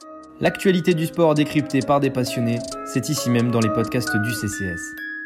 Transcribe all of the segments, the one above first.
L'actualité du sport décryptée par des passionnés, c'est ici même dans les podcasts du CCS.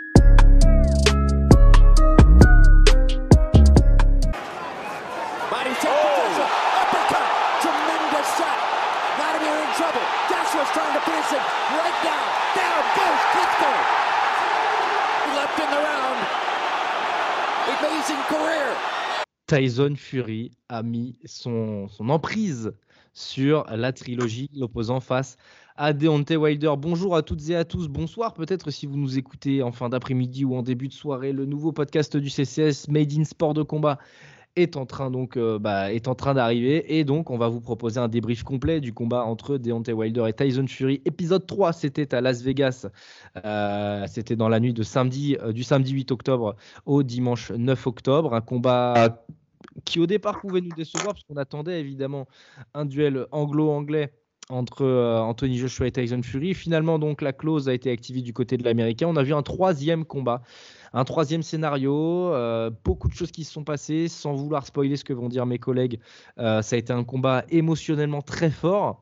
Tyson Fury a mis son emprise sur la trilogie l'opposant face à Deontay Wilder. Bonjour à toutes et à tous, bonsoir peut-être si vous nous écoutez en fin d'après-midi ou en début de soirée. Le nouveau podcast du CCS Made in Sport de Combat est en train d'arriver et donc on va vous proposer un débrief complet du combat entre Deontay Wilder et Tyson Fury. Épisode 3, c'était à Las Vegas, c'était dans la nuit de samedi, du samedi 8 octobre au dimanche 9 octobre, un combat qui au départ pouvait nous décevoir parce qu'on attendait évidemment un duel anglo-anglais entre Anthony Joshua et Tyson Fury. Finalement, donc, la clause a été activée du côté de l'Américain. On a vu un troisième combat, un troisième scénario, beaucoup de choses qui se sont passées. Sans vouloir spoiler ce que vont dire mes collègues, ça a été un combat émotionnellement très fort.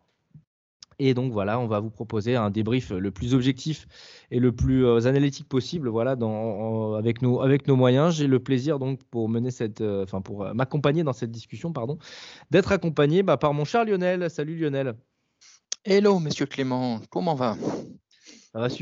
Et donc voilà, on va vous proposer un débrief le plus objectif et le plus analytique possible. Voilà, avec nos moyens, j'ai le plaisir donc pour m'accompagner dans cette discussion, d'être accompagné par mon cher Lionel. Salut Lionel. Hello Monsieur Clément, comment va ? Ça va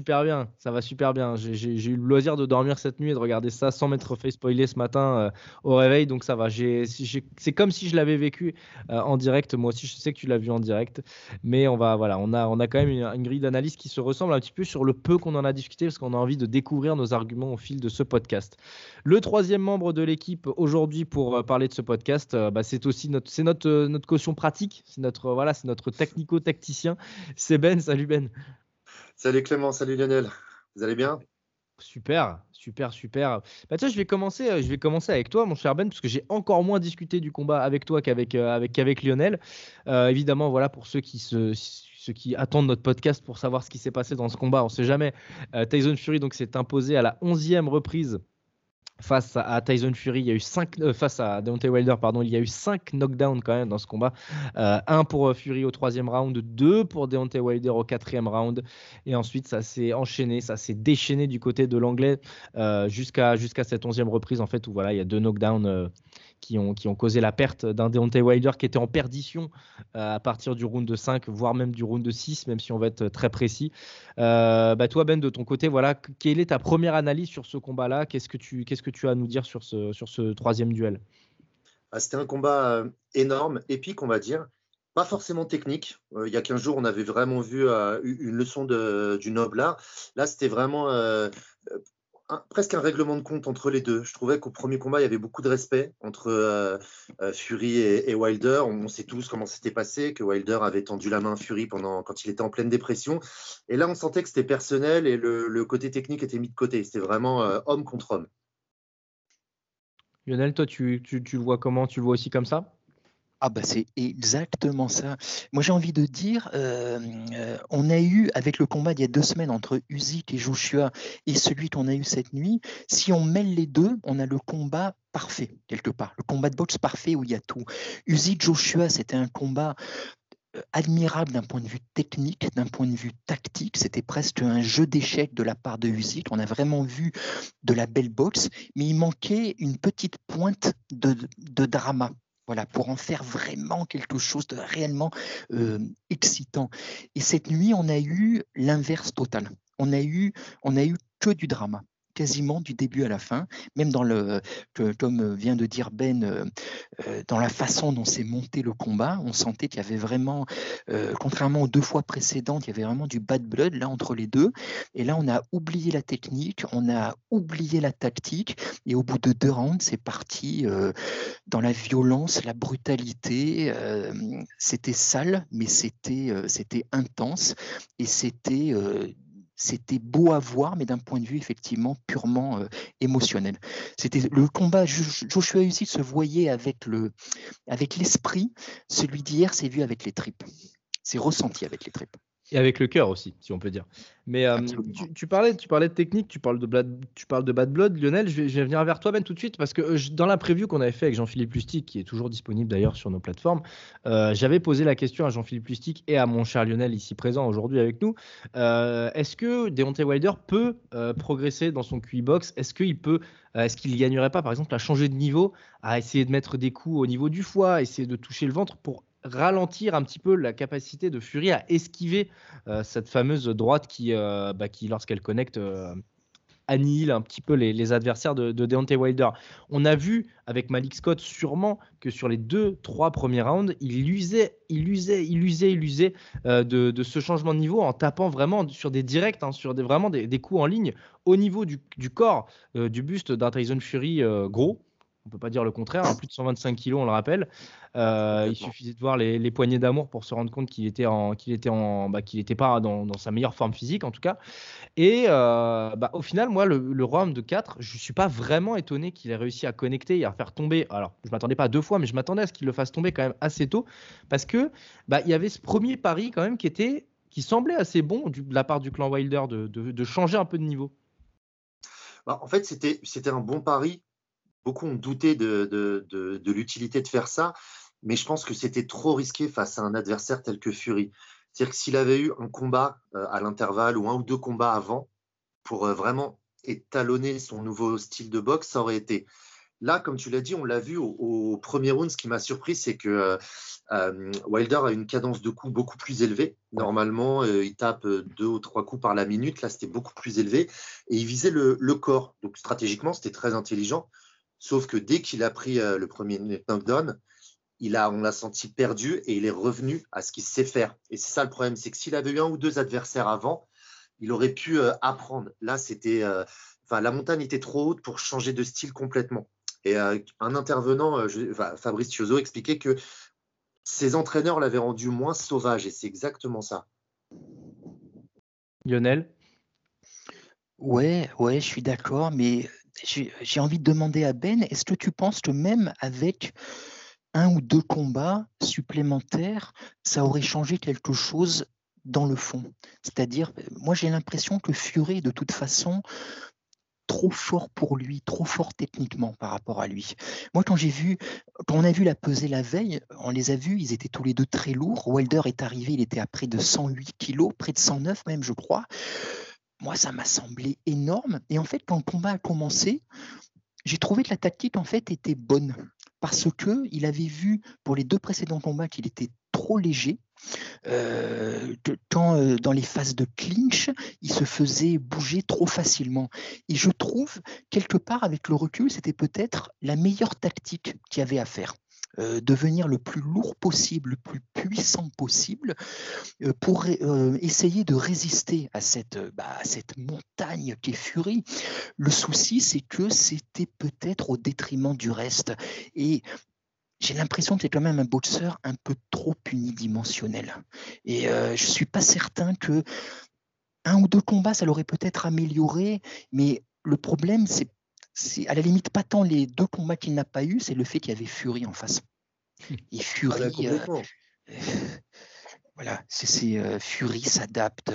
super bien. J'ai eu le loisir de dormir cette nuit et de regarder ça sans m'être fait spoiler ce matin au réveil, donc ça va. C'est comme si je l'avais vécu en direct. Moi aussi, je sais que tu l'as vu en direct, mais on a quand même une grille d'analyse qui se ressemble un petit peu sur le peu qu'on en a discuté parce qu'on a envie de découvrir nos arguments au fil de ce podcast. Le troisième membre de l'équipe aujourd'hui pour parler de ce podcast, c'est aussi notre caution pratique, c'est notre technico-tacticien. C'est Ben. Salut Ben. Salut Clément, salut Lionel, vous allez bien ? Super. Tiens, je vais commencer avec toi, mon cher Ben, parce que j'ai encore moins discuté du combat avec toi qu'avec Lionel. Évidemment, voilà, pour ceux qui attendent notre podcast pour savoir ce qui s'est passé dans ce combat, on ne sait jamais. Tyson Fury donc s'est imposé à la 11e reprise. Face à Tyson Fury, il y a eu face à Deontay Wilder, il y a eu 5 knockdowns quand même dans ce combat. 1 pour Fury au 3e round, 2 pour Deontay Wilder au 4e round. Et ensuite, ça s'est enchaîné, ça s'est déchaîné du côté de l'anglais jusqu'à cette 11e reprise, en fait, où voilà, il y a 2 knockdowns qui ont causé la perte d'un Deontay Wilder qui était en perdition à partir du round de 5, voire même du round de 6, même si on va être très précis. Toi, Ben, de ton côté, voilà, quelle est ta première analyse sur ce combat-là ? Qu'est-ce que tu as à nous dire sur ce troisième duel ? C'était un combat énorme, épique, on va dire. Pas forcément technique. Il y a 15 jours, on avait vraiment vu une leçon du noble art. Là, c'était vraiment presque un règlement de compte entre les deux. Je trouvais qu'au premier combat, il y avait beaucoup de respect entre Fury et Wilder. On sait tous comment c'était passé, que Wilder avait tendu la main à Fury quand il était en pleine dépression. Et là, on sentait que c'était personnel et le côté technique était mis de côté. C'était vraiment homme contre homme. Lionel, toi, tu le vois comment ? Tu le vois aussi comme ça ? C'est exactement ça. Moi, j'ai envie de dire, on a eu, avec le combat d'il y a 2 semaines entre Usyk et Joshua et celui qu'on a eu cette nuit, si on mêle les deux, on a le combat parfait, quelque part. Le combat de boxe parfait où il y a tout. Usyk-Joshua, c'était un combat admirable d'un point de vue technique, d'un point de vue tactique. C'était presque un jeu d'échecs de la part de Usyk. On a vraiment vu de la belle boxe, mais il manquait une petite pointe de drama. Voilà, pour en faire vraiment quelque chose de réellement excitant. Et cette nuit, on a eu l'inverse total. On a eu que du drama, quasiment du début à la fin, même comme vient de dire Ben, dans la façon dont s'est monté le combat, on sentait qu'il y avait vraiment, contrairement aux 2 fois précédentes, il y avait vraiment du bad blood là entre les deux. Et là, on a oublié la technique, on a oublié la tactique, et au bout de 2 rounds, c'est parti dans la violence, la brutalité. C'était sale, mais c'était intense, et c'était beau à voir, mais d'un point de vue effectivement purement émotionnel. C'était le combat. Joshua Usyk se voyait avec l'esprit. Celui d'hier s'est vu avec les tripes. C'est ressenti avec les tripes. Et avec le cœur aussi, si on peut dire. Mais tu parlais de technique, tu parles de Bad Blood, Lionel. Je vais venir vers toi, Ben, tout de suite, parce que dans la preview qu'on avait fait avec Jean-Philippe Lustig, qui est toujours disponible d'ailleurs sur nos plateformes, j'avais posé la question à Jean-Philippe Lustig et à mon cher Lionel, ici présent aujourd'hui avec nous. Est-ce que Deontay Wilder peut progresser dans son QI box? Est-ce qu'il gagnerait pas, par exemple, à changer de niveau, à essayer de mettre des coups au niveau du foie, à essayer de toucher le ventre pour ralentir un petit peu la capacité de Fury à esquiver cette fameuse droite qui lorsqu'elle connecte, annihile un petit peu les adversaires de Deontay Wilder. On a vu avec Malik Scott sûrement que sur les 2-3 premiers rounds, il usait de ce changement de niveau en tapant vraiment sur des directs, sur vraiment des coups en ligne au niveau du corps, du buste d'un Tyson Fury gros. On ne peut pas dire le contraire, plus de 125 kilos, on le rappelle. Il suffisait de voir les poignées d'amour pour se rendre compte qu'il n'était pas dans sa meilleure forme physique, en tout cas. Et au final, moi, le round de 4, je ne suis pas vraiment étonné qu'il ait réussi à connecter et à faire tomber. Alors, je ne m'attendais pas 2 fois, mais je m'attendais à ce qu'il le fasse tomber quand même assez tôt. Parce que il y avait ce premier pari quand même qui semblait assez bon de la part du clan Wilder de changer un peu de niveau. En fait, c'était un bon pari. Beaucoup ont douté de l'utilité de faire ça, mais je pense que c'était trop risqué face à un adversaire tel que Fury. C'est-à-dire que s'il avait eu un combat à l'intervalle ou 1 ou 2 combats avant pour vraiment étalonner son nouveau style de boxe, ça aurait été. Là, comme tu l'as dit, on l'a vu au premier round. Ce qui m'a surpris, c'est que Wilder a une cadence de coups beaucoup plus élevée. Normalement, il tape 2 ou 3 coups par la minute. Là, c'était beaucoup plus élevé. Et il visait le corps. Donc, stratégiquement, c'était très intelligent. Sauf que dès qu'il a pris le premier knockdown, on l'a senti perdu et il est revenu à ce qu'il sait faire. Et c'est ça le problème, c'est que s'il avait eu 1 ou 2 adversaires avant, il aurait pu apprendre. Là, la montagne était trop haute pour changer de style complètement. Et un intervenant, Fabrice Tiozzo, expliquait que ses entraîneurs l'avaient rendu moins sauvage, et c'est exactement ça. Lionel ? Ouais, je suis d'accord, mais j'ai envie de demander à Ben, est-ce que tu penses que même avec 1 ou 2 combats supplémentaires, ça aurait changé quelque chose dans le fond? C'est-à-dire, moi j'ai l'impression que Fury, de toute façon, trop fort pour lui, trop fort techniquement par rapport à lui. Moi, quand on a vu la pesée la veille, on les a vus, ils étaient tous les deux très lourds. Wilder est arrivé, il était à près de 108 kilos, près de 109 même, je crois. Moi, ça m'a semblé énorme. Et en fait, quand le combat a commencé, j'ai trouvé que la tactique, en fait, était bonne. Parce qu'il avait vu, pour les 2 précédents combats, qu'il était trop léger. Quand dans les phases de clinch, il se faisait bouger trop facilement. Et je trouve, quelque part, avec le recul, c'était peut-être la meilleure tactique qu'il y avait à faire. Devenir le plus lourd possible, le plus puissant possible, pour essayer de résister à cette montagne qui est Fury. Le souci, c'est que c'était peut-être au détriment du reste. Et j'ai l'impression que c'est quand même un boxeur un peu trop unidimensionnel. Et je ne suis pas certain que 1 ou 2 combats, ça l'aurait peut-être amélioré, mais le problème, c'est à la limite pas tant les 2 combats qu'il n'a pas eu, c'est le fait qu'il y avait Fury en face. Et Fury, Fury s'adapte.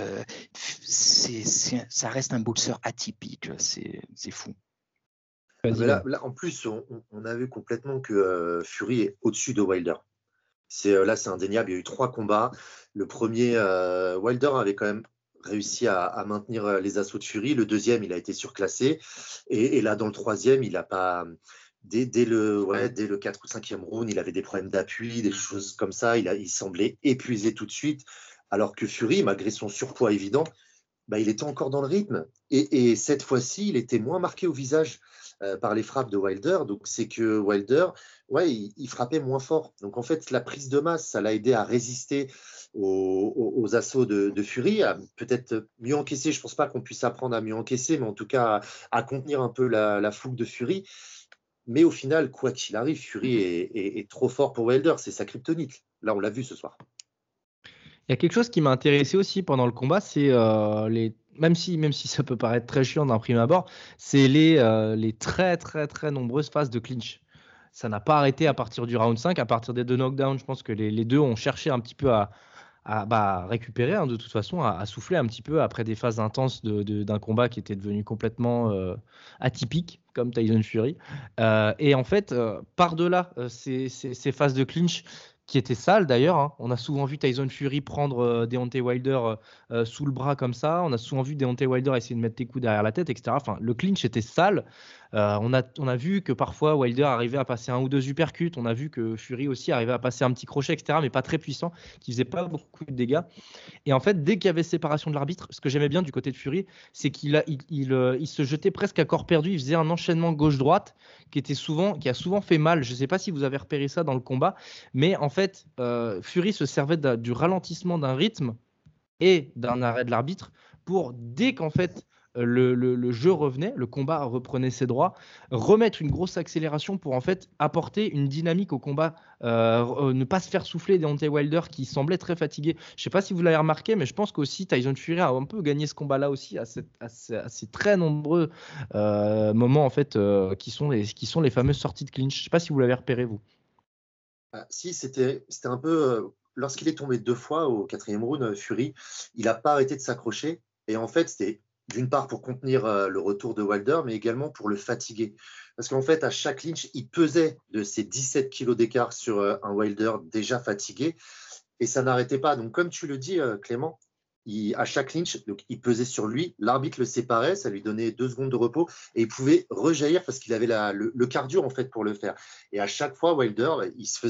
Ça reste un boxeur atypique. C'est fou. Là, en plus, on a vu complètement que Fury est au-dessus de Wilder. Là, c'est indéniable. Il y a eu 3 combats. Le premier, Wilder avait quand même réussi à maintenir les assauts de Fury. Le deuxième, il a été surclassé. Et là, dans le troisième, il n'a pas. Dès le 4 ou 5e round, il avait des problèmes d'appui, des choses comme ça. Il semblait épuisé tout de suite. Alors que Fury, malgré son surpoids évident, il était encore dans le rythme. Et cette fois-ci, il était moins marqué au visage par les frappes de Wilder. Donc, c'est que Wilder, il frappait moins fort. Donc, en fait, la prise de masse, ça l'a aidé à résister aux assauts de Fury, à peut-être mieux encaisser. Je ne pense pas qu'on puisse apprendre à mieux encaisser, mais en tout cas, à contenir un peu la fougue de Fury. Mais au final, quoi qu'il arrive, Fury est trop fort pour Wilder. C'est sa kryptonite. Là, on l'a vu ce soir. Il y a quelque chose qui m'a intéressé aussi pendant le combat, c'est même si ça peut paraître très chiant d'un prime abord, c'est les très très très nombreuses phases de clinch. Ça n'a pas arrêté à partir du round 5, à partir des 2 knockdowns. Je pense que les 2 ont cherché un petit peu à récupérer, hein, de toute façon, à souffler un petit peu après des phases intenses d'un combat qui était devenu complètement atypique, comme Tyson Fury. Et en fait, par-delà ces phases de clinch qui étaient sales d'ailleurs, hein, on a souvent vu Tyson Fury prendre Deontay Wilder sous le bras comme ça, on a souvent vu Deontay Wilder essayer de mettre des coups derrière la tête, etc. Enfin, le clinch était sale. On a vu que parfois Wilder arrivait à passer un ou deux uppercuts, on a vu que Fury aussi arrivait à passer un petit crochet, etc., mais pas très puissant, qui faisait pas beaucoup de dégâts. Et en fait, dès qu'il y avait séparation de l'arbitre, ce que j'aimais bien du côté de Fury, c'est qu'il se jetait presque à corps perdu, il faisait un enchaînement gauche-droite qui a souvent fait mal. Je ne sais pas si vous avez repéré ça dans le combat, mais en fait, Fury se servait du ralentissement d'un rythme et d'un arrêt de l'arbitre pour, dès qu'en fait le jeu revenait, le combat reprenait ses droits, remettre une grosse accélération pour en fait apporter une dynamique au combat, ne pas se faire souffler Deontay Wilder qui semblait très fatigué. Je ne sais pas si vous l'avez remarqué, mais je pense qu'aussi Tyson Fury a un peu gagné ce combat-là aussi à ces très nombreux moments en fait qui sont les fameuses sorties de clinch. Je ne sais pas si vous l'avez repéré vous. Si, c'était un peu. Lorsqu'il est tombé 2 fois au 4e round, Fury, il n'a pas arrêté de s'accrocher. Et en fait, c'était d'une part pour contenir le retour de Wilder, mais également pour le fatiguer. Parce qu'en fait, à chaque clinch, il pesait de ses 17 kilos d'écart sur un Wilder déjà fatigué. Et ça n'arrêtait pas. Donc, comme tu le dis, Clément, à chaque clinch, donc, il pesait sur lui, l'arbitre le séparait, ça lui donnait 2 secondes de repos et il pouvait rejaillir parce qu'il avait le cardio en fait pour le faire. Et à chaque fois, Wilder, il se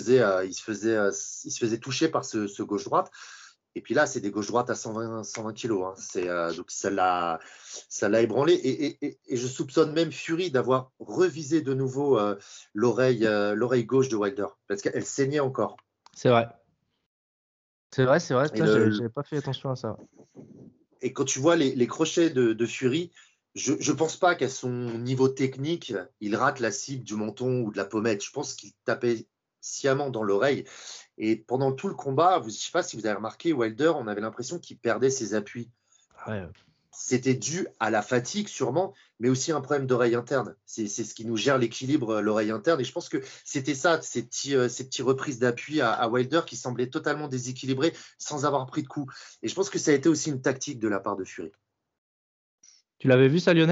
faisait toucher par ce gauche-droite. Et puis là, c'est des gauches-droites à 120 kilos. Hein. Donc ça l'a ébranlé. Et je soupçonne même Fury d'avoir revisé de nouveau l'oreille gauche de Wilder parce qu'elle saignait encore. C'est vrai. C'est vrai. J'avais pas fait attention à ça. Et quand tu vois les crochets de Fury, je ne pense pas qu'à son niveau technique, il rate la cible du menton ou de la pommette. Je pense qu'il tapait sciemment dans l'oreille. Et pendant tout le combat, je ne sais pas si vous avez remarqué, Wilder, on avait l'impression qu'il perdait ses appuis. Ouais. C'était dû à la fatigue sûrement, mais aussi un problème d'oreille interne. C'est ce qui nous gère l'équilibre, l'oreille interne. Et je pense que c'était ça, ces petits reprises d'appui à Wilder qui semblaient totalement déséquilibrés sans avoir pris de coup. Et je pense que ça a été aussi une tactique de la part de Fury. Tu l'avais vu ça, Lionel ?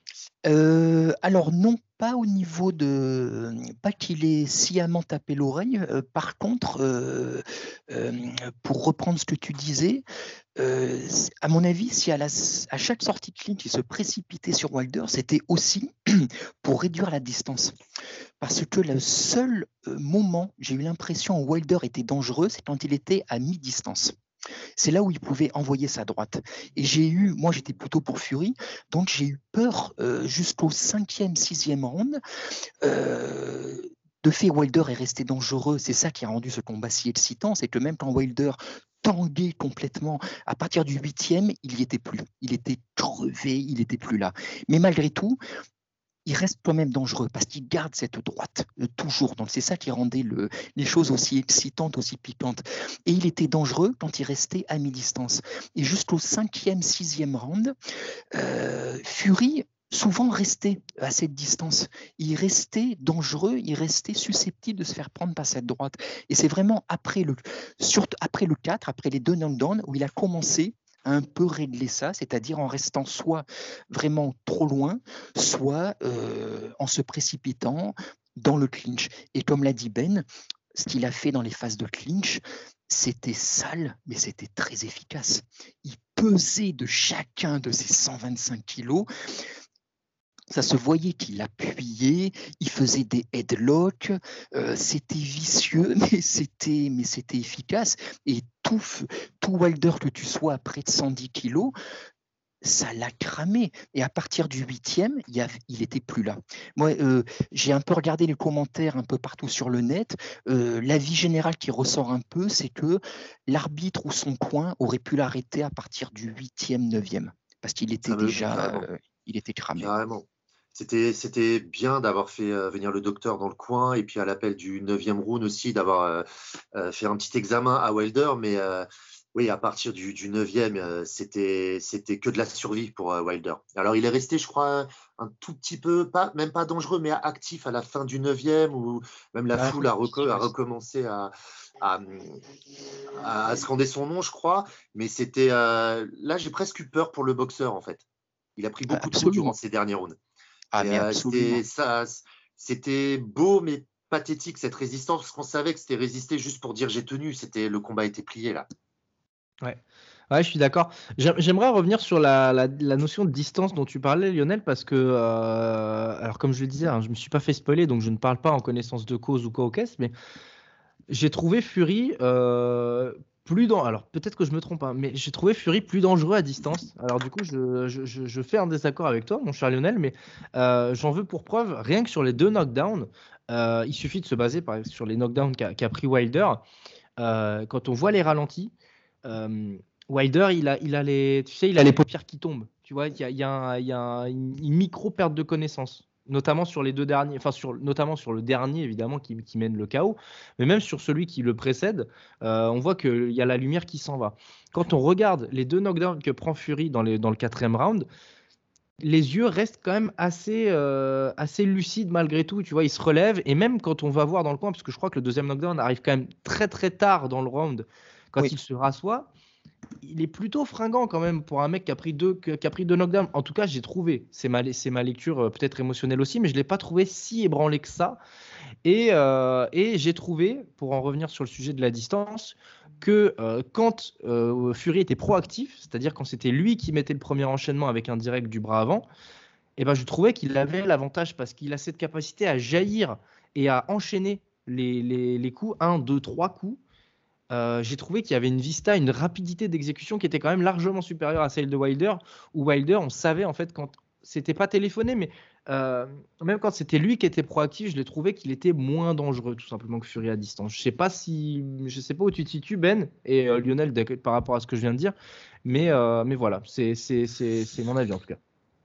Alors non, pas au niveau de... Pas qu'il ait sciemment tapé l'oreille. Par contre, pour reprendre ce que tu disais, à mon avis, si à chaque sortie de clinch, il se précipitait sur Wilder, c'était aussi pour réduire la distance. Parce que le seul moment, j'ai eu l'impression où Wilder était dangereux, c'est quand il était à mi-distance. C'est là où il pouvait envoyer sa droite. Et moi j'étais plutôt pour Fury, donc j'ai eu peur jusqu'au 5e, 6e round. De fait, Wilder est resté dangereux. C'est ça qui a rendu ce combat si excitant. C'est que même quand Wilder tanguait complètement, à partir du 8e, il n'y était plus. Il était crevé, il n'était plus là. Mais malgré tout, il reste quand même dangereux parce qu'il garde cette droite toujours. Donc c'est ça qui rendait les choses aussi excitantes, aussi piquantes. Et il était dangereux quand il restait à mi-distance. Et jusqu'au 5e, 6e round, Fury souvent restait à cette distance. Il restait dangereux, il restait susceptible de se faire prendre par cette droite. Et c'est vraiment surtout après le 4, après les 2 knockdowns, où il a commencé à un peu régler ça, c'est-à-dire en restant soit vraiment trop loin, soit en se précipitant dans le clinch. Et comme l'a dit Ben, ce qu'il a fait dans les phases de clinch, c'était sale, mais c'était très efficace. Il pesait de chacun de ses 125 kilos. Ça se voyait qu'il appuyait, il faisait des headlocks, c'était vicieux, mais c'était efficace. Et tout Wilder que tu sois à près de 110 kilos, ça l'a cramé. Et à partir du 8e, il n'était plus là. Moi, j'ai un peu regardé les commentaires un peu partout sur le net. L'avis général qui ressort un peu, c'est que l'arbitre ou son coin aurait pu l'arrêter à partir du 8e, 9e, parce qu'il était il était cramé. Carrément. C'était bien d'avoir fait venir le docteur dans le coin et puis à l'appel du 9e round aussi d'avoir fait un petit examen à Wilder, mais Oui, à partir du 9e, c'était que de la survie pour Wilder. Alors, il est resté, je crois, un tout petit peu, même pas dangereux, mais actif à la fin du 9e, où même la À la foule fin, a, c'est difficile, a ouais. recommencé à, à scander son nom, je crois. Mais c'était là, j'ai presque eu peur pour le boxeur, en fait. Il a pris beaucoup de coups durant Absolument. ces derniers rounds. Ah, Et mais absolument. c'était beau, mais pathétique, cette résistance, parce qu'on savait que c'était résister juste pour dire j'ai tenu. Le combat était plié, là. Ouais. Ouais, je suis d'accord. J'aimerais revenir sur la notion de distance dont tu parlais, Lionel, parce que, alors comme je le disais, hein, je ne me suis pas fait spoiler, donc je ne parle pas en connaissance de cause ou quoi au caisse, mais j'ai trouvé Fury alors peut-être que je me trompe, hein, mais j'ai trouvé Fury plus dangereux à distance. Alors du coup, je fais un désaccord avec toi, mon cher Lionel, mais j'en veux pour preuve, rien que sur les 2 knockdowns, il suffit de se baser sur les knockdowns qu'a pris Wilder. Quand on voit les ralentis, Wilder, il a les paupières qui tombent. Tu vois, il y a une micro perte de connaissance, notamment sur les 2 derniers, notamment sur le dernier évidemment qui mène le chaos, mais même sur celui qui le précède, on voit qu'il y a la lumière qui s'en va. Quand on regarde les 2 knockdowns que prend Fury dans le 4e round, les yeux restent quand même assez lucides malgré tout. Tu vois, il se relève et même quand on va voir dans le coin, parce que je crois que le 2e knockdown arrive quand même très très tard dans le round, quand Oui. il se rassoit, il est plutôt fringant quand même pour un mec qui a pris 2 knockdowns. En tout cas, j'ai trouvé, c'est ma lecture peut-être émotionnelle aussi, mais je ne l'ai pas trouvé si ébranlé que ça. Et j'ai trouvé, pour en revenir sur le sujet de la distance, que quand Fury était proactif, c'est-à-dire quand c'était lui qui mettait le premier enchaînement avec un direct du bras avant, eh ben, je trouvais qu'il avait l'avantage parce qu'il a cette capacité à jaillir et à enchaîner les coups, 1, 2, 3 coups. J'ai trouvé qu'il y avait une vista, une rapidité d'exécution qui était quand même largement supérieure à celle de Wilder, où Wilder, on savait en fait quand c'était pas téléphoné, mais même quand c'était lui qui était proactif, je l'ai trouvé qu'il était moins dangereux tout simplement que Fury à distance. Je sais pas où tu te situes, Ben et Lionel par rapport à ce que je viens de dire, mais voilà, c'est mon avis en tout cas.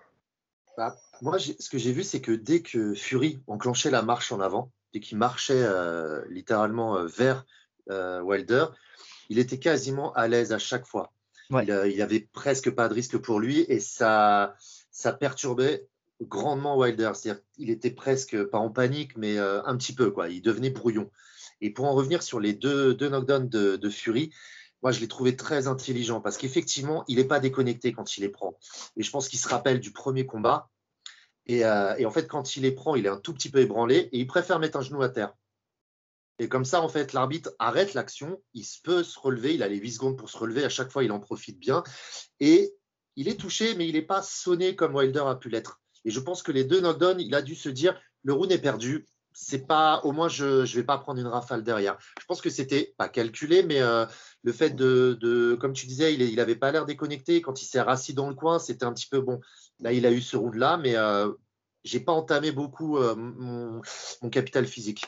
Bah, moi, ce que j'ai vu, c'est que dès que Fury enclenchait la marche en avant, dès qu'il marchait littéralement vers Wilder, il était quasiment à l'aise à chaque fois. Ouais. Il avait presque pas de risque pour lui et ça perturbait grandement Wilder. C'est-à-dire qu'il était presque pas en panique, mais un petit peu, quoi. Il devenait brouillon. Et pour en revenir sur les deux knockdowns de Fury, moi, je l'ai trouvé très intelligent parce qu'effectivement, il n'est pas déconnecté quand il les prend. Et je pense qu'il se rappelle du premier combat. Et en fait, quand il les prend, il est un tout petit peu ébranlé et il préfère mettre un genou à terre. Et comme ça, en fait, l'arbitre arrête l'action, il peut se relever, il a les 8 secondes pour se relever, à chaque fois, il en profite bien. Et il est touché, mais il n'est pas sonné comme Wilder a pu l'être. Et je pense que les 2 knockdowns, il a dû se dire, le round est perdu, c'est pas, au moins, je ne vais pas prendre une rafale derrière. Je pense que c'était pas calculé, mais le fait comme tu disais, il n'avait pas l'air déconnecté. Quand il s'est rassis dans le coin, c'était un petit peu bon. Là, il a eu ce round-là, mais je n'ai pas entamé beaucoup mon capital physique.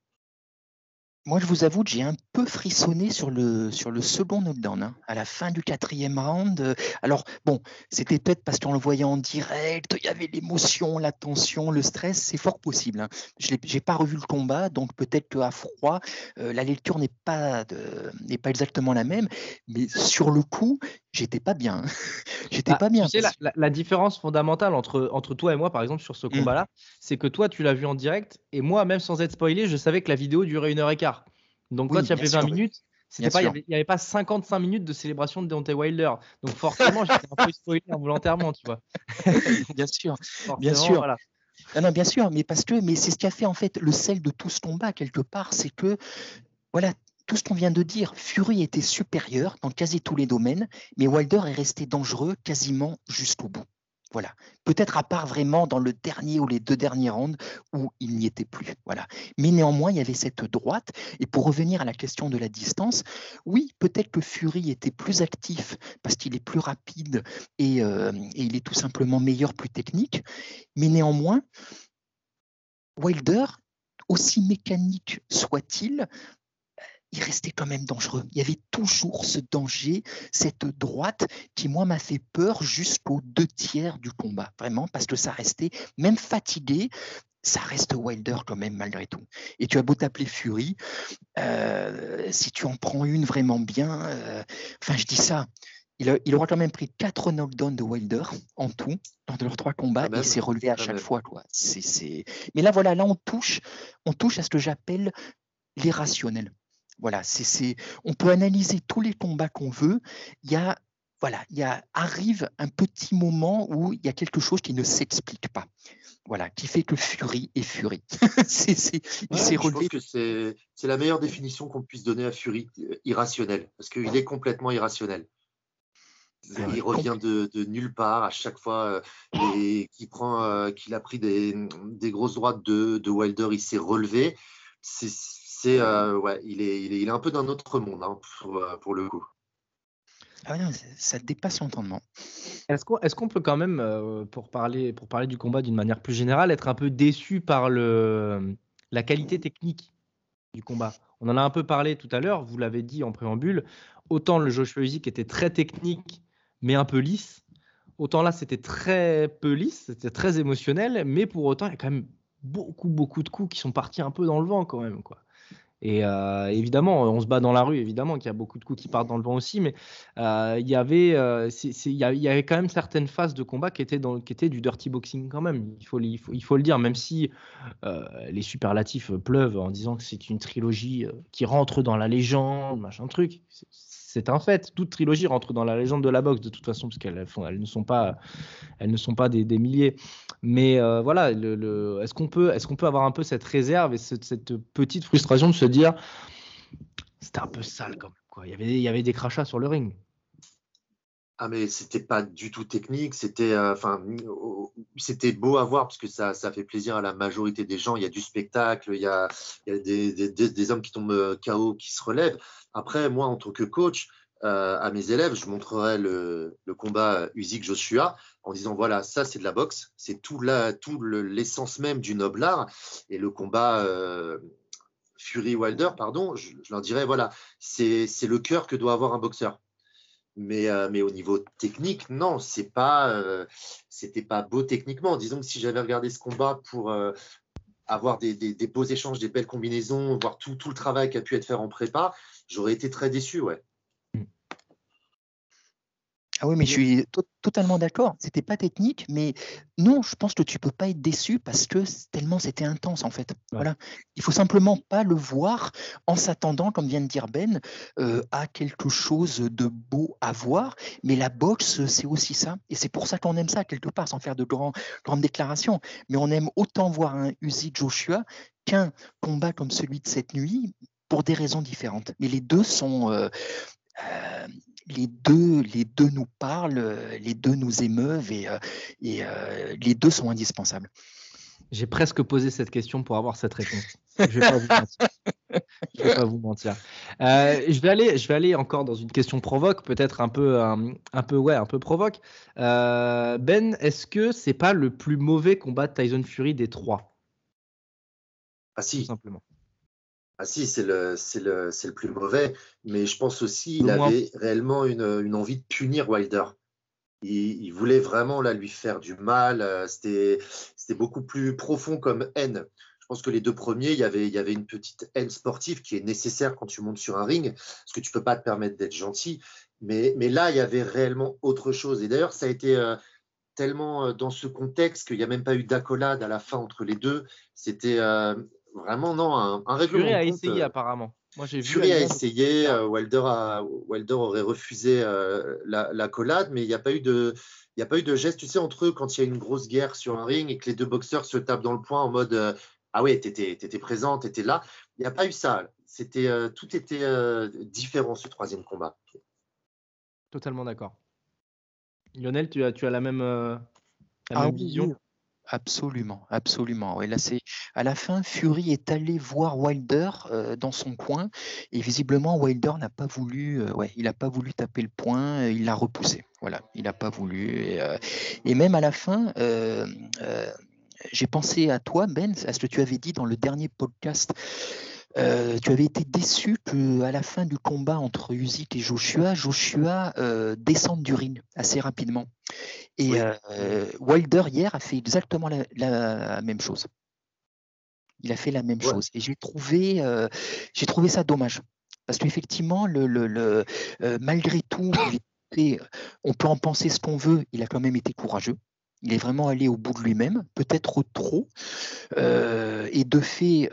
Moi, je vous avoue que j'ai un peu frissonné sur le second knockdown, hein, à la fin du 4e round. Alors, bon, c'était peut-être parce qu'on le voyait en direct, il y avait l'émotion, la tension, le stress, c'est fort possible, hein. Je n'ai pas revu le combat, donc peut-être qu'à froid, la lecture n'est pas exactement la même, mais sur le coup, j'étais pas bien. J'étais pas bien. Tu sais, la différence fondamentale entre toi et moi, par exemple, sur ce combat-là, c'est que toi, tu l'as vu en direct, et moi, même sans être spoilé, je savais que la vidéo durait 1h15. Donc, Oui, quand il y avait bien 20 sûr. minutes, il n'y avait pas 55 minutes de célébration de Deontay Wilder. Donc, forcément, j'étais un peu spoilé involontairement, tu vois. Bien sûr, Forcément, bien sûr. voilà. Non, bien sûr, mais c'est ce qui a fait en fait le sel de tout ce combat quelque part, c'est que voilà, tout ce qu'on vient de dire, Fury était supérieur dans quasi tous les domaines, mais Wilder est resté dangereux quasiment jusqu'au bout. Voilà. Peut-être à part vraiment dans le dernier ou les 2 derniers rounds où il n'y était plus. Voilà. Mais néanmoins, il y avait cette droite. Et pour revenir à la question de la distance, oui, peut-être que Fury était plus actif parce qu'il est plus rapide et il est tout simplement meilleur, plus technique. Mais néanmoins, Wilder, aussi mécanique soit-il, il restait quand même dangereux. Il y avait toujours ce danger, cette droite qui, moi, m'a fait peur jusqu'aux 2 tiers du combat, vraiment, parce que ça restait, même fatigué, ça reste Wilder quand même malgré tout. Et tu as beau t'appeler Fury, si tu en prends une vraiment bien, enfin je dis ça, il aura quand même pris 4 knockdowns de Wilder en tout dans leurs 3 combats et il s'est relevé à chaque fois, quoi. Mais là voilà, là on touche à ce que j'appelle l'irrationnel. Voilà, on peut analyser tous les combats qu'on veut. Arrive un petit moment où il y a quelque chose qui ne s'explique pas. Voilà, qui fait que Fury est Fury. Il s'est relevé. Je pense que c'est la meilleure définition qu'on puisse donner à Fury, irrationnel, parce qu'il est complètement irrationnel. Il revient de nulle part à chaque fois et qu'il a pris des grosses droites de Wilder, il s'est relevé. Il est un peu d'un autre monde hein, pour le coup. Ah non, ça dépasse l'entendement. Est-ce qu'on peut quand même, pour parler du combat d'une manière plus générale, être un peu déçu par la qualité technique du combat? On en a un peu parlé tout à l'heure, vous l'avez dit en préambule, autant le Joshua Usyk était très technique mais un peu lisse, autant là c'était très peu lisse, c'était très émotionnel, mais pour autant il y a quand même beaucoup de coups qui sont partis un peu dans le vent quand même, quoi. Et évidemment, on se bat dans la rue, évidemment qu'il y a beaucoup de coups qui partent dans le vent aussi, mais il y avait quand même certaines phases de combat qui étaient du dirty boxing quand même, il faut le dire, même si les superlatifs pleuvent en disant que c'est une trilogie qui rentre dans la légende, machin truc. C'est un fait, toute trilogie rentre dans la légende de la boxe de toute façon, parce qu'elles ne sont pas des milliers. Mais voilà, est-ce qu'on peut avoir un peu cette réserve et cette petite frustration de se dire c'était un peu sale quand même, quoi. Il y avait des crachats sur le ring. Ah mais c'était pas du tout technique, c'était beau à voir parce que ça fait plaisir à la majorité des gens. Il y a du spectacle, il y a des hommes qui tombent KO, qui se relèvent. Après, moi en tant que coach, à mes élèves, je montrerai le combat Usyk-Joshua en disant voilà, ça c'est de la boxe, c'est l'essence même du noble art. Et le combat Fury-Wilder, pardon, je leur dirais voilà, c'est le cœur que doit avoir un boxeur. Mais au niveau technique, non, c'était pas beau techniquement. Disons que si j'avais regardé ce combat pour avoir des beaux échanges, des belles combinaisons, voir tout le travail qui a pu être fait en prépa, j'aurais été très déçu, ouais. Ah oui, mais je suis totalement d'accord. C'était pas technique, mais non, je pense que tu peux pas être déçu parce que tellement c'était intense en fait. Ouais. Voilà. Il faut simplement pas le voir en s'attendant, comme vient de dire Ben, à quelque chose de beau à voir. Mais la boxe, c'est aussi ça, et c'est pour ça qu'on aime ça quelque part, sans faire de grandes déclarations. Mais on aime autant voir un Usyk-Joshua qu'un combat comme celui de cette nuit pour des raisons différentes. Mais les deux sont les deux nous parlent, les deux nous émeuvent et les deux sont indispensables. J'ai presque posé cette question pour avoir cette réponse. Je vais pas vous mentir. Je vais pas vous mentir. Je vais aller encore dans une question provoque, peut-être un peu provoque. Ben, est-ce que c'est pas le plus mauvais combat de Tyson Fury des 3? Ah si. Tout simplement. Ah si, c'est le plus mauvais, mais je pense aussi qu'il avait réellement une envie de punir Wilder. Il voulait vraiment là, lui faire du mal. C'était beaucoup plus profond comme haine. Je pense que les deux premiers, il y avait une petite haine sportive qui est nécessaire quand tu montes sur un ring, parce que tu ne peux pas te permettre d'être gentil. Mais là, il y avait réellement autre chose. Et d'ailleurs, ça a été tellement dans ce contexte qu'il n'y a même pas eu d'accolade à la fin entre les deux. C'était vraiment non, un règlement Fury de a compte. essayé apparemment. Moi, j'ai Fury a essayé, Wilder aurait refusé l'accolade, mais il n'y a pas eu de geste, tu sais, entre eux quand il y a une grosse guerre sur un ring et que les deux boxeurs se tapent dans le poing en mode ah ouais, t'étais présent, t'étais là. Il n'y a pas eu ça. Tout était différent ce troisième combat. Totalement d'accord. Lionel, tu as la même vision? Oui. Absolument. Oui, là, à la fin, Fury est allé voir Wilder dans son coin et visiblement Wilder n'a pas voulu, il n'a pas voulu taper le poing, il l'a repoussé. Voilà, il n'a pas voulu. Et même à la fin, j'ai pensé à toi, Ben, à ce que tu avais dit dans le dernier podcast. Tu avais été déçu qu'à la fin du combat entre Usyk et Joshua descende du ring assez rapidement. Et oui. Wilder hier a fait exactement la même chose. Il a fait la même Ouais. chose. Et j'ai trouvé ça dommage. Parce qu'effectivement, malgré tout, on peut en penser ce qu'on veut, il a quand même été courageux. Il est vraiment allé au bout de lui-même, peut-être trop. Et de fait,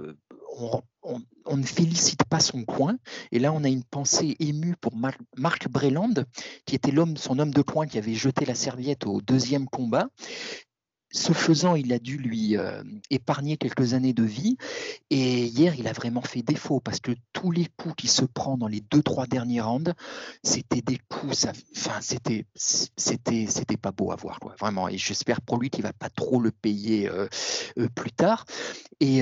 on ne félicite pas son coin. Et là, on a une pensée émue pour Marc Breland, qui était son homme de coin qui avait jeté la serviette au deuxième combat. Ce faisant, il a dû lui épargner quelques années de vie. Et hier, il a vraiment fait défaut parce que tous les coups qu'il se prend dans les 2-3 derniers rounds, c'était des coups, c'était pas beau à voir, quoi, vraiment. Et j'espère pour lui qu'il va pas trop le payer plus tard. Et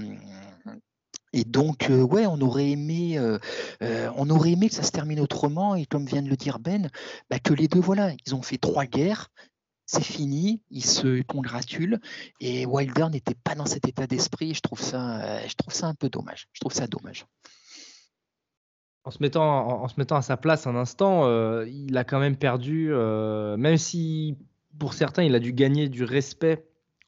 donc, ouais, on aurait aimé que ça se termine autrement. Et comme vient de le dire Ben, que les deux, voilà, ils ont fait 3 guerres. C'est fini, ils se congratulent et Wilder n'était pas dans cet état d'esprit. Je trouve ça un peu dommage. Je trouve ça dommage. En se mettant à sa place un instant, il a quand même perdu, même si pour certains il a dû gagner du respect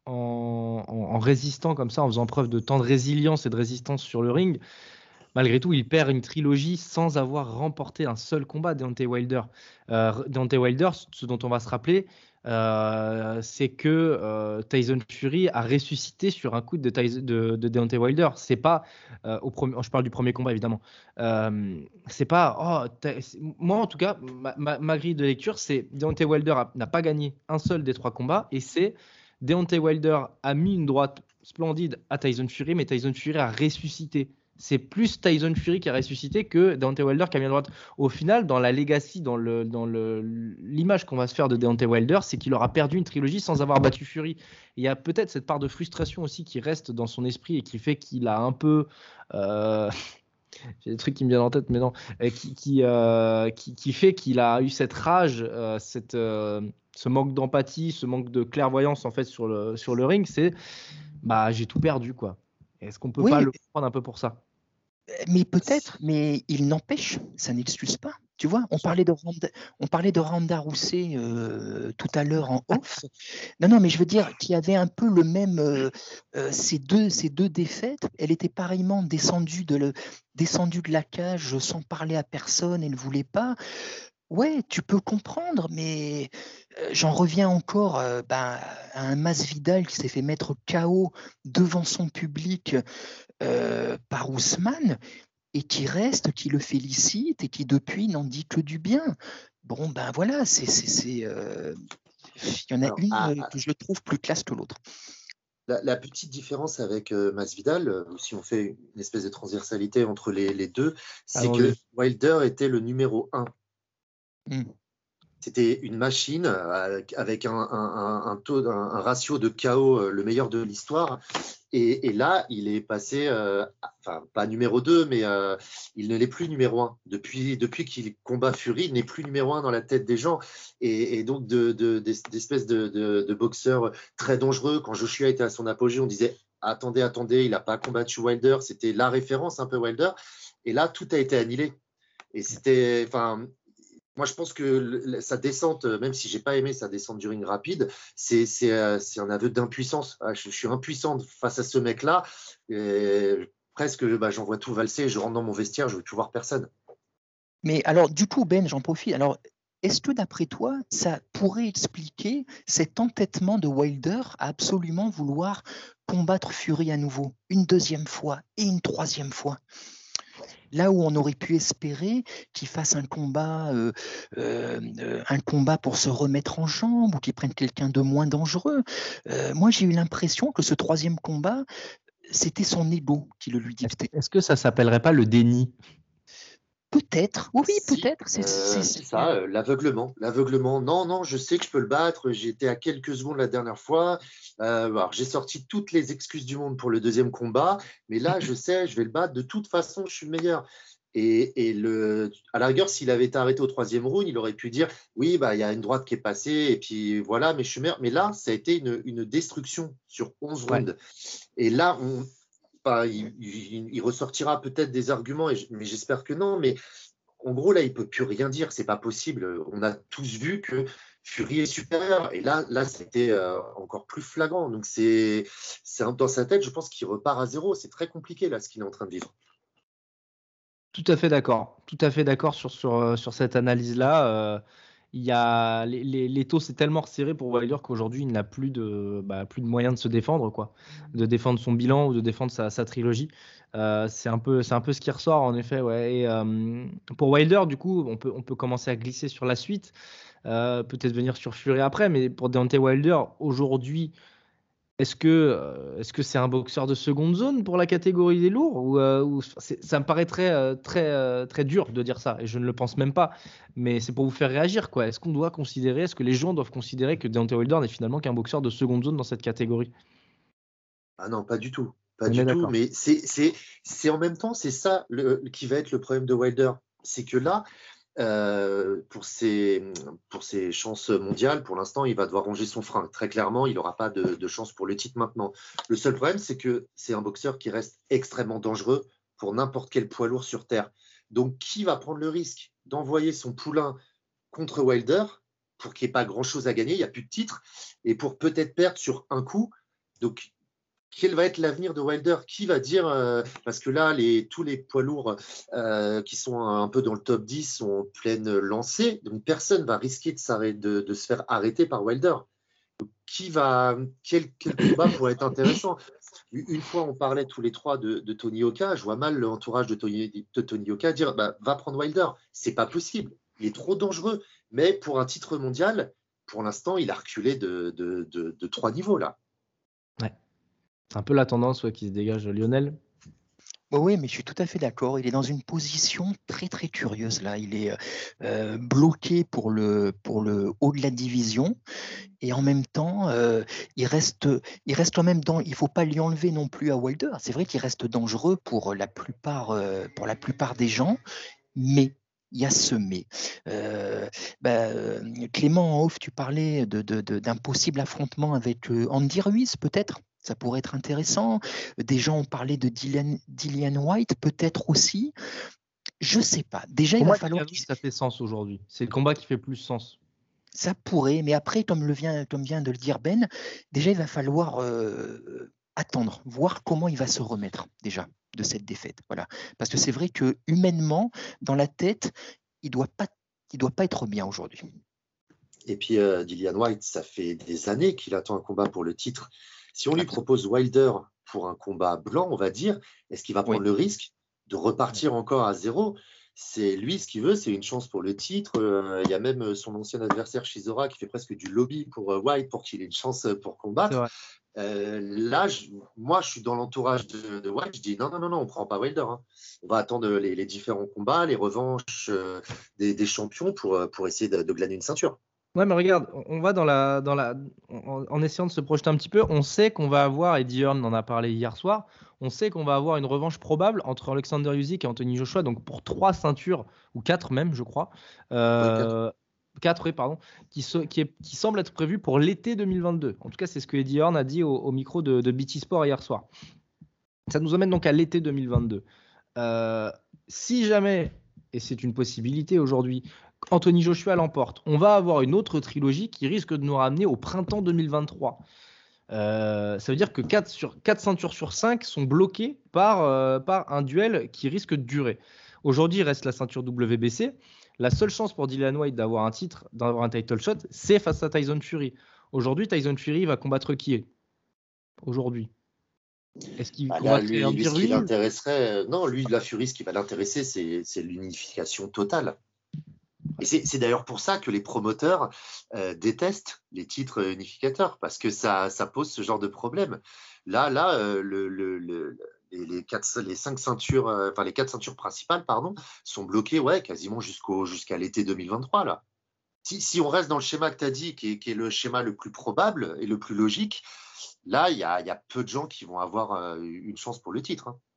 en résistant comme ça, en faisant preuve de tant de résilience et de résistance sur le ring. Malgré tout, il perd une trilogie sans avoir remporté un seul combat, Deontay Wilder. Deontay Wilder, ce dont on va se rappeler, c'est que Tyson Fury a ressuscité sur un coup de Deontay Wilder. C'est pas je parle du premier combat évidemment. C'est pas moi en tout cas, ma grille de lecture, c'est Deontay Wilder n'a pas gagné un seul des 3 combats et c'est Deontay Wilder a mis une droite splendide à Tyson Fury, mais Tyson Fury a ressuscité. C'est plus Tyson Fury qui a ressuscité que Deontay Wilder qui a mis à droite. Au final, dans la legacy, dans l'image qu'on va se faire de Deontay Wilder, c'est qu'il aura perdu une trilogie sans avoir battu Fury. Il y a peut-être cette part de frustration aussi qui reste dans son esprit et qui fait qu'il a un peu... j'ai des trucs qui me viennent en tête, mais non. Qui fait qu'il a eu cette rage, ce manque d'empathie, ce manque de clairvoyance en fait sur le ring. C'est j'ai tout perdu, quoi. Est-ce qu'on peut pas le prendre un peu pour ça? Mais peut-être, mais il n'empêche, ça n'excuse pas. Tu vois, on parlait de Ronda Rousey tout à l'heure en off. Non, mais je veux dire qu'il y avait un peu le même. Ces deux défaites, elle était pareillement descendue de la cage sans parler à personne, elle ne voulait pas. Ouais, tu peux comprendre, mais j'en reviens encore à un Masvidal qui s'est fait mettre KO devant son public par Ousmane et qui reste, qui le félicite et qui depuis n'en dit que du bien. Bon, voilà, il y en a une que je trouve plus classe que l'autre. La petite différence avec Masvidal, si on fait une espèce de transversalité entre les deux, c'est que Wilder était le numéro 1. C'était une machine avec un ratio de KO le meilleur de l'histoire. Et là, il est passé, pas numéro 2, mais il ne l'est plus numéro 1. Depuis qu'il combat Fury, il n'est plus numéro 1 dans la tête des gens. Et donc, d'espèces de boxeurs très dangereux. Quand Joshua était à son apogée, on disait attendez, il n'a pas combattu Wilder. C'était la référence un peu Wilder. Et là, tout a été annihilé. Et c'était. Moi, je pense que sa descente, même si j'ai pas aimé sa descente du ring rapide, c'est un aveu d'impuissance. Je suis impuissante face à ce mec-là. Presque, j'en vois tout valser. Je rentre dans mon vestiaire, je veux tout voir personne. Mais alors, du coup, Ben, j'en profite. Alors, est-ce que d'après toi, ça pourrait expliquer cet entêtement de Wilder à absolument vouloir combattre Fury à nouveau, une deuxième fois et une troisième fois? Là où on aurait pu espérer qu'il fasse un combat pour se remettre en jambe ou qu'il prenne quelqu'un de moins dangereux. Moi, j'ai eu l'impression que ce troisième combat, c'était son ego qui le lui dictait. Est-ce que ça s'appellerait pas le déni? Peut-être, oui, peut-être. C'est ça, l'aveuglement. Non, je sais que je peux le battre. J'étais à quelques secondes la dernière fois. Alors, j'ai sorti toutes les excuses du monde pour le deuxième combat, mais là, je sais, je vais le battre. De toute façon, je suis le meilleur. Et à la rigueur, s'il avait été arrêté au troisième round, il aurait pu dire oui, il y a une droite qui est passée, et puis voilà, mais je suis meilleur. Mais là, ça a été une destruction sur 11 rounds. Et là, il ressortira peut-être des arguments, mais j'espère que non. Mais en gros, là, il ne peut plus rien dire. C'est pas possible. On a tous vu que Fury est supérieur. Et là c'était encore plus flagrant. Donc, c'est dans sa tête, je pense qu'il repart à zéro. C'est très compliqué, là, ce qu'il est en train de vivre. Tout à fait d'accord. Tout à fait d'accord sur cette analyse-là. Il y a les taux, c'est tellement resserré pour Wilder qu'aujourd'hui, il n'a plus de moyens de se défendre, quoi, de défendre son bilan ou de défendre sa trilogie. C'est un peu ce qui ressort, en effet. Ouais. Et, pour Wilder, du coup, on peut commencer à glisser sur la suite. Peut-être venir sur Fury après, mais pour Deontay Wilder, aujourd'hui, est-ce que c'est un boxeur de seconde zone pour la catégorie des lourds ou ça me paraît très dur de dire ça, et je ne le pense même pas, mais c'est pour vous faire réagir, quoi. Est-ce que les gens doivent considérer que Deontay Wilder n'est finalement qu'un boxeur de seconde zone dans cette catégorie? Ah non, pas du tout. Pas On du est tout. d'accord. Mais c'est en même temps, c'est ça qui va être le problème de Wilder. C'est que là, pour ses chances mondiales, pour l'instant, il va devoir ranger son frein. Très clairement, il n'aura pas de chance pour le titre maintenant. Le seul problème, c'est que c'est un boxeur qui reste extrêmement dangereux pour n'importe quel poids lourd sur Terre. Donc, qui va prendre le risque d'envoyer son poulain contre Wilder pour qu'il n'y ait pas grand-chose à gagner, il n'y a plus de titre, et pour peut-être perdre sur un coup. Donc, quel va être l'avenir de Wilder? Qui va dire, parce que là, tous les poids lourds qui sont un peu dans le top 10 sont en pleine lancée, donc personne ne va risquer de se faire arrêter par Wilder. Donc, quel combat pourrait être intéressant? Une fois, on parlait tous les trois de Tony Yoka. Je vois mal l'entourage de Tony Yoka dire va prendre Wilder. C'est pas possible. Il est trop dangereux. Mais pour un titre mondial, pour l'instant, il a reculé de 3 niveaux là. Ouais. C'est un peu la tendance qui se dégage, Lionel. Oui, mais je suis tout à fait d'accord. Il est dans une position très très curieuse là. Il est bloqué pour le haut de la division, et en même temps, il reste quand même dans. Il faut pas lui enlever non plus à Wilder. C'est vrai qu'il reste dangereux pour la plupart des gens, mais il y a ce mais. Clément, en off, tu parlais d'un possible affrontement avec Andy Ruiz, peut-être. Ça pourrait être intéressant. Des gens ont parlé de Dillian White, peut-être aussi. Je ne sais pas. Déjà, il va falloir. Ça fait sens aujourd'hui. C'est le combat qui fait plus sens. Ça pourrait, mais après, comme vient de le dire Ben, déjà, il va falloir attendre, voir comment il va se remettre déjà de cette défaite. Voilà. Parce que c'est vrai que humainement, dans la tête, il doit pas être bien aujourd'hui. Et puis Dillian White, ça fait des années qu'il attend un combat pour le titre. Si on lui propose Wilder pour un combat blanc, on va dire, est-ce qu'il va prendre le risque de repartir encore à zéro? C'est lui, ce qu'il veut, c'est une chance pour le titre. Il y a même son ancien adversaire Chisora qui fait presque du lobby pour White pour qu'il ait une chance pour combattre. Là, moi, je suis dans l'entourage de White. Je dis non, on ne prend pas Wilder. Hein. On va attendre les différents combats, les revanches des champions pour essayer de glaner une ceinture. Ouais, mais regarde, on va en essayant de se projeter un petit peu. On sait qu'on va avoir, Eddie Hearn en a parlé hier soir, on sait qu'on va avoir une revanche probable entre Alexander Usyk et Anthony Joshua, donc pour 3 ceintures, ou 4 même, je crois. 4, pardon, qui semble être prévu pour l'été 2022. En tout cas, c'est ce que Eddie Hearn a dit au micro de BT Sport hier soir. Ça nous emmène donc à l'été 2022. Si jamais, et c'est une possibilité aujourd'hui, Anthony Joshua l'emporte, on va avoir une autre trilogie qui risque de nous ramener au printemps 2023. Ça veut dire que 4 ceintures sur 5 sont bloquées par un duel qui risque de durer. Aujourd'hui, il reste la ceinture WBC. La seule chance pour Dillian White d'avoir un titre, d'avoir un title shot, c'est face à Tyson Fury. Aujourd'hui, Tyson Fury va combattre qui aujourd'hui? Est-ce qu'il lui, ce qui l'intéresserait, non, lui, la Fury, ce qui va l'intéresser, c'est l'unification totale. Et c'est d'ailleurs pour ça que les promoteurs détestent les titres unificateurs, parce que ça pose ce genre de problème. Là, les 4 ceintures principales, sont bloquées, quasiment jusqu'à l'été 2023 là. Si on reste dans le schéma que tu as dit, qui est le schéma le plus probable et le plus logique, là, il y a peu de gens qui vont avoir une chance pour le titre. Hein.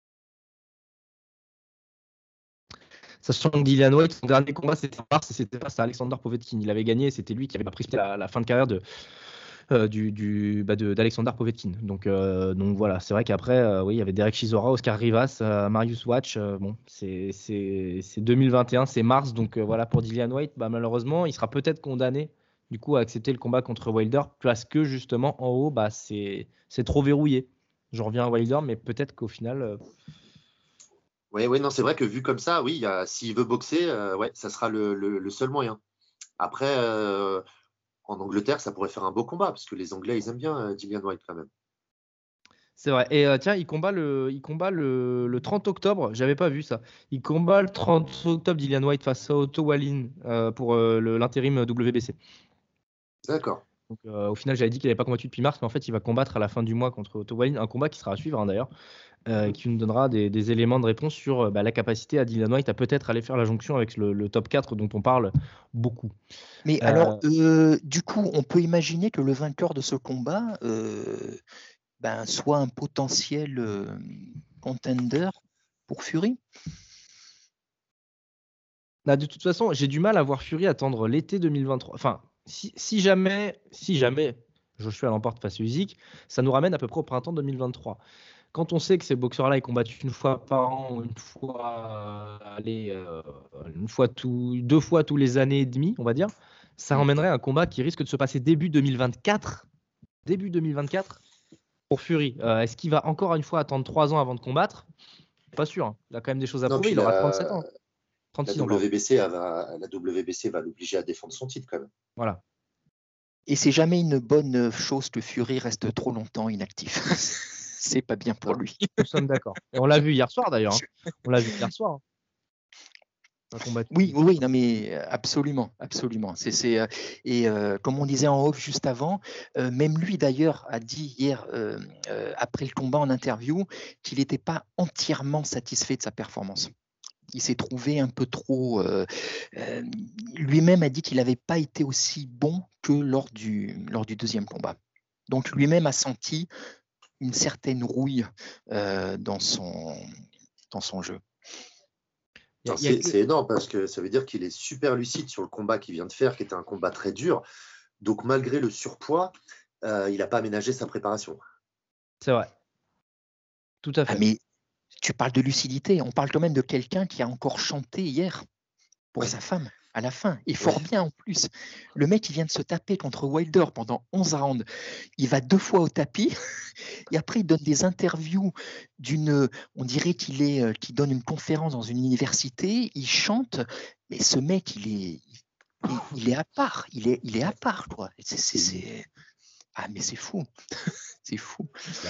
Sachant que Dillian White, son dernier combat, c'était en mars, et c'était face à Alexander Povetkin. Il avait gagné, et c'était lui qui avait pris la fin de carrière d'Alexander Povetkin. Donc voilà, c'est vrai qu'après, il y avait Derek Chisora, Oscar Rivas, Marius Watch. C'est 2021, c'est mars. Donc voilà, pour Dillian White, malheureusement, il sera peut-être condamné du coup, a accepté le combat contre Wilder parce que justement, en haut, c'est trop verrouillé. Je reviens à Wilder, mais peut-être qu'au final... Oui, non, c'est vrai que vu comme ça, oui, s'il veut boxer, ça sera le seul moyen. Après, en Angleterre, ça pourrait faire un beau combat, parce que les Anglais, ils aiment bien Dillian Whyte quand même. C'est vrai. Et tiens, il combat le 30 octobre. J'avais pas vu ça. Il combat le 30 octobre Dillian Whyte face à Otto Wallin pour l'intérim WBC. D'accord. Donc, au final, j'avais dit qu'il n'avait pas combattu depuis mars, mais en fait, il va combattre à la fin du mois contre Otto Wallin. Un combat qui sera à suivre d'ailleurs, qui nous donnera des éléments de réponse sur la capacité à Dillian Whyte à peut-être aller faire la jonction avec le top 4 dont on parle beaucoup. Mais alors, du coup, on peut imaginer que le vainqueur de ce combat soit un potentiel contender pour Fury. De toute façon, j'ai du mal à voir Fury attendre l'été 2023. Enfin, si jamais Joshua l'emporte face à Usyk, ça nous ramène à peu près au printemps 2023. Quand on sait que ces boxeurs-là, ils combattent une fois par an, ou deux fois tous les années et demie, on va dire, ça emmènerait un combat qui risque de se passer début 2024 pour Fury. Est-ce qu'il va encore une fois attendre 3 ans avant de combattre? Pas sûr. Hein. Il a quand même des choses à prouver. Il aura 37 ans. 36 ans. La WBC va l'obliger à défendre son titre quand même. Voilà. Et c'est jamais une bonne chose que Fury reste trop longtemps inactif. C'est pas bien pour lui. Nous sommes d'accord. Et on l'a vu hier soir d'ailleurs. Hein. On l'a vu hier soir. Oui, non, mais absolument. Et comme on disait en off juste avant, même lui d'ailleurs a dit hier, après le combat en interview, qu'il n'était pas entièrement satisfait de sa performance. Il s'est trouvé un peu trop... lui-même a dit qu'il n'avait pas été aussi bon que lors du deuxième combat. Donc lui-même a senti une certaine rouille dans son jeu. C'est énorme parce que ça veut dire qu'il est super lucide sur le combat qu'il vient de faire, qui était un combat très dur. Donc malgré le surpoids, il n'a pas aménagé sa préparation. C'est vrai. Tout à fait. Mais tu parles de lucidité. On parle quand même de quelqu'un qui a encore chanté hier pour sa femme à la fin. Et fort bien en plus. Le mec, il vient de se taper contre Wilder pendant 11 rounds. Il va 2 fois au tapis. Et après, il donne des interviews on dirait qu'il donne une conférence dans une université. Il chante. Mais ce mec, il est à part. Il est à part, quoi. Mais c'est fou. C'est fou.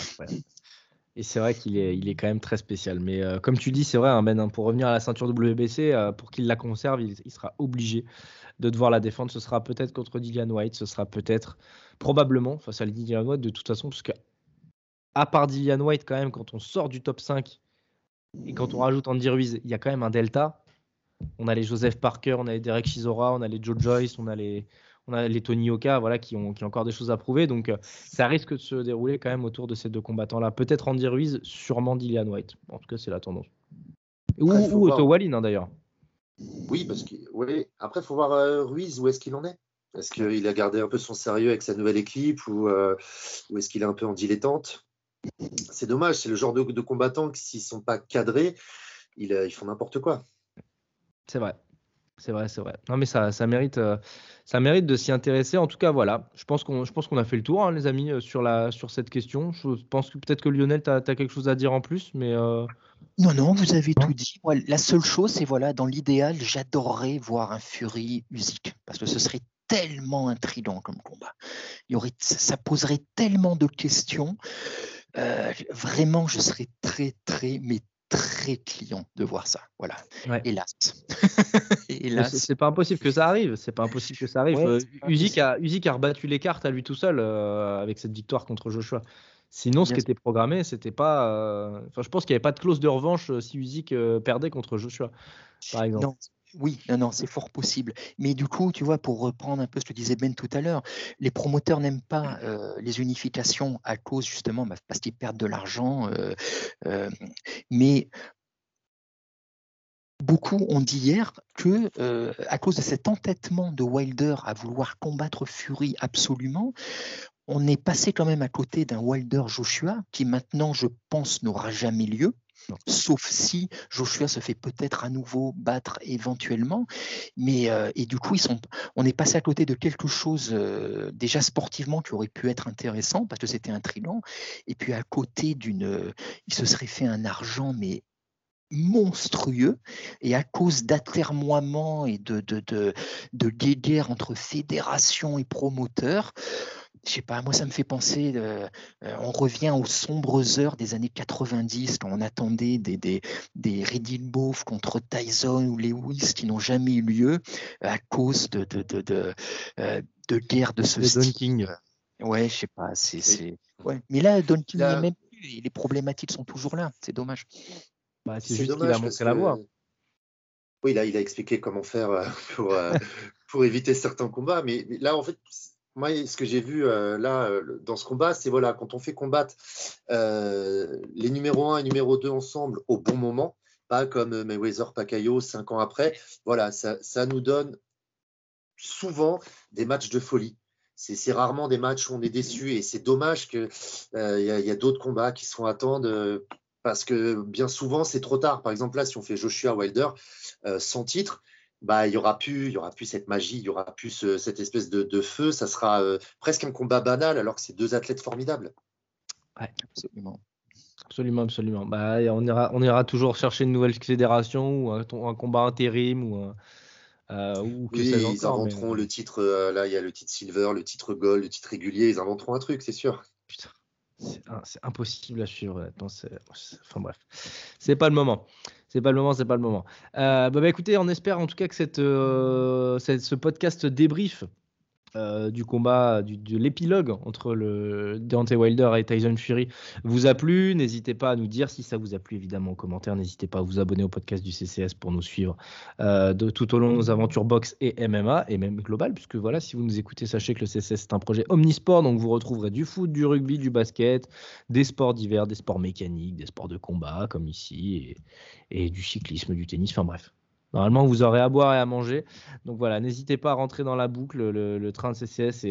Et c'est vrai qu'il est quand même très spécial. Mais comme tu dis, c'est vrai, hein, Ben, pour revenir à la ceinture WBC, pour qu'il la conserve, il sera obligé de devoir la défendre. Ce sera peut-être contre Dillian Whyte, ce sera peut-être, probablement, face à Dillian Whyte de toute façon, parce que à part Dillian Whyte, quand même, quand on sort du top 5 et quand on rajoute Andy Ruiz, il y a quand même un delta. On a les Joseph Parker, on a les Derek Chisora, on a les Joe Joyce, on a les Tony Oka, voilà, qui ont encore des choses à prouver. Donc, ça risque de se dérouler quand même autour de ces deux combattants-là. Peut-être Andy Ruiz, sûrement Dillian Whyte. En tout cas, c'est la tendance. Ou Otto Wallin, hein, d'ailleurs. Oui, parce que après, il faut voir Ruiz, où est-ce qu'il en est. Est-ce qu'il a gardé un peu son sérieux avec sa nouvelle équipe ou est-ce qu'il est un peu en dilettante? C'est dommage, c'est le genre de combattants qui, s'ils ne sont pas cadrés, ils font n'importe quoi. C'est vrai. Non, mais ça mérite de s'y intéresser. En tout cas, voilà. Je pense qu'on a fait le tour, hein, les amis, sur cette question. Je pense que peut-être que Lionel, tu as quelque chose à dire en plus, mais... Non, vous avez tout dit. La seule chose, c'est dans l'idéal, j'adorerais voir un Fury Usyk, parce que ce serait tellement intriguant comme combat. Ça poserait tellement de questions. Vraiment, je serais très, très, mais très client de voir ça. Voilà. Ouais. Hélas. C'est pas impossible que ça arrive. Usyk a rebattu les cartes à lui tout seul avec cette victoire contre Joshua. Sinon, ce qui était programmé, c'était pas. Je pense qu'il n'y avait pas de clause de revanche si Usyk perdait contre Joshua, par exemple. Non, c'est fort possible. Mais du coup, tu vois, pour reprendre un peu ce que disait Ben tout à l'heure, les promoteurs n'aiment pas les unifications à cause justement parce qu'ils perdent de l'argent. Mais beaucoup ont dit hier que à cause de cet entêtement de Wilder à vouloir combattre Fury absolument, on est passé quand même à côté d'un Wilder-Joshua qui maintenant, je pense, n'aura jamais lieu. Non. Sauf si Joshua se fait peut-être à nouveau battre éventuellement. Mais, et du coup, on est passé à côté de quelque chose déjà sportivement qui aurait pu être intéressant parce que c'était intriguant. Et puis à côté il se serait fait un argent, mais monstrueux, et à cause d'atermoiements et de guéguerres entre fédérations et promoteurs, je sais pas, moi ça me fait penser, on revient aux sombres heures des années 90 quand on attendait des Reddingboth contre Tyson ou Lewis qui n'ont jamais eu lieu à cause de guerres de ce Don style. King. Ouais, je sais pas, ouais. Mais là, Don King Là- n'est même plus, et les problématiques sont toujours là, c'est dommage. Bah, c'est C'est juste qu'il dommage a parce montré la voie. Oui, là, il a expliqué comment faire pour éviter certains combats. Mais là, en fait, moi, ce que j'ai vu dans ce combat, c'est voilà, quand on fait combattre les numéro 1 et numéro 2 ensemble au bon moment, pas comme Mayweather, Pacquiao 5 ans après, voilà, ça nous donne souvent des matchs de folie. C'est rarement des matchs où on est déçu, et c'est dommage qu'il y a d'autres combats qui se font attendre parce que bien souvent c'est trop tard. Par exemple, là, si on fait Joshua Wilder sans titre, bah, il y aura plus cette magie, il y aura plus cette espèce de feu. Ça sera presque un combat banal alors que c'est deux athlètes formidables. Ouais. Absolument. Absolument. Bah, on ira toujours chercher une nouvelle fédération ou un combat intérim ou que Oui, sais-je ils encore. inventeront le titre. Là, il y a le titre Silver, le titre Gold, le titre régulier. Ils inventeront un truc, c'est sûr. Putain, c'est impossible à suivre. Attends, enfin bref, c'est pas le moment. C'est pas le moment. Bah, écoutez, on espère en tout cas que ce podcast débrief du combat, de l'épilogue entre le Deontay Wilder et Tyson Fury vous a plu. N'hésitez pas à nous dire si ça vous a plu, évidemment, en commentaire. N'hésitez pas à vous abonner au podcast du CCS pour nous suivre tout au long de nos aventures boxe et MMA, et même global, puisque voilà, si vous nous écoutez, sachez que le CCS c'est un projet omnisport, donc vous retrouverez du foot, du rugby, du basket, des sports divers, des sports mécaniques, des sports de combat comme ici, et du cyclisme, du tennis, enfin bref. Normalement, vous aurez à boire et à manger. Donc voilà, n'hésitez pas à rentrer dans la boucle. Le train de CCS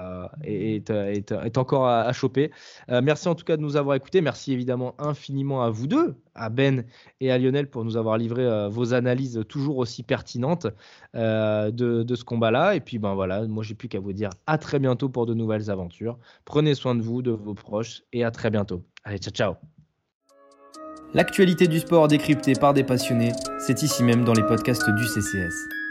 est encore à choper. Merci en tout cas de nous avoir écoutés. Merci évidemment infiniment à vous deux, à Ben et à Lionel, pour nous avoir livré vos analyses toujours aussi pertinentes de ce combat-là. Et puis ben voilà, moi j'ai plus qu'à vous dire à très bientôt pour de nouvelles aventures. Prenez soin de vous, de vos proches, et à très bientôt. Allez, ciao. L'actualité du sport décryptée par des passionnés, c'est ici même dans les podcasts du CCS.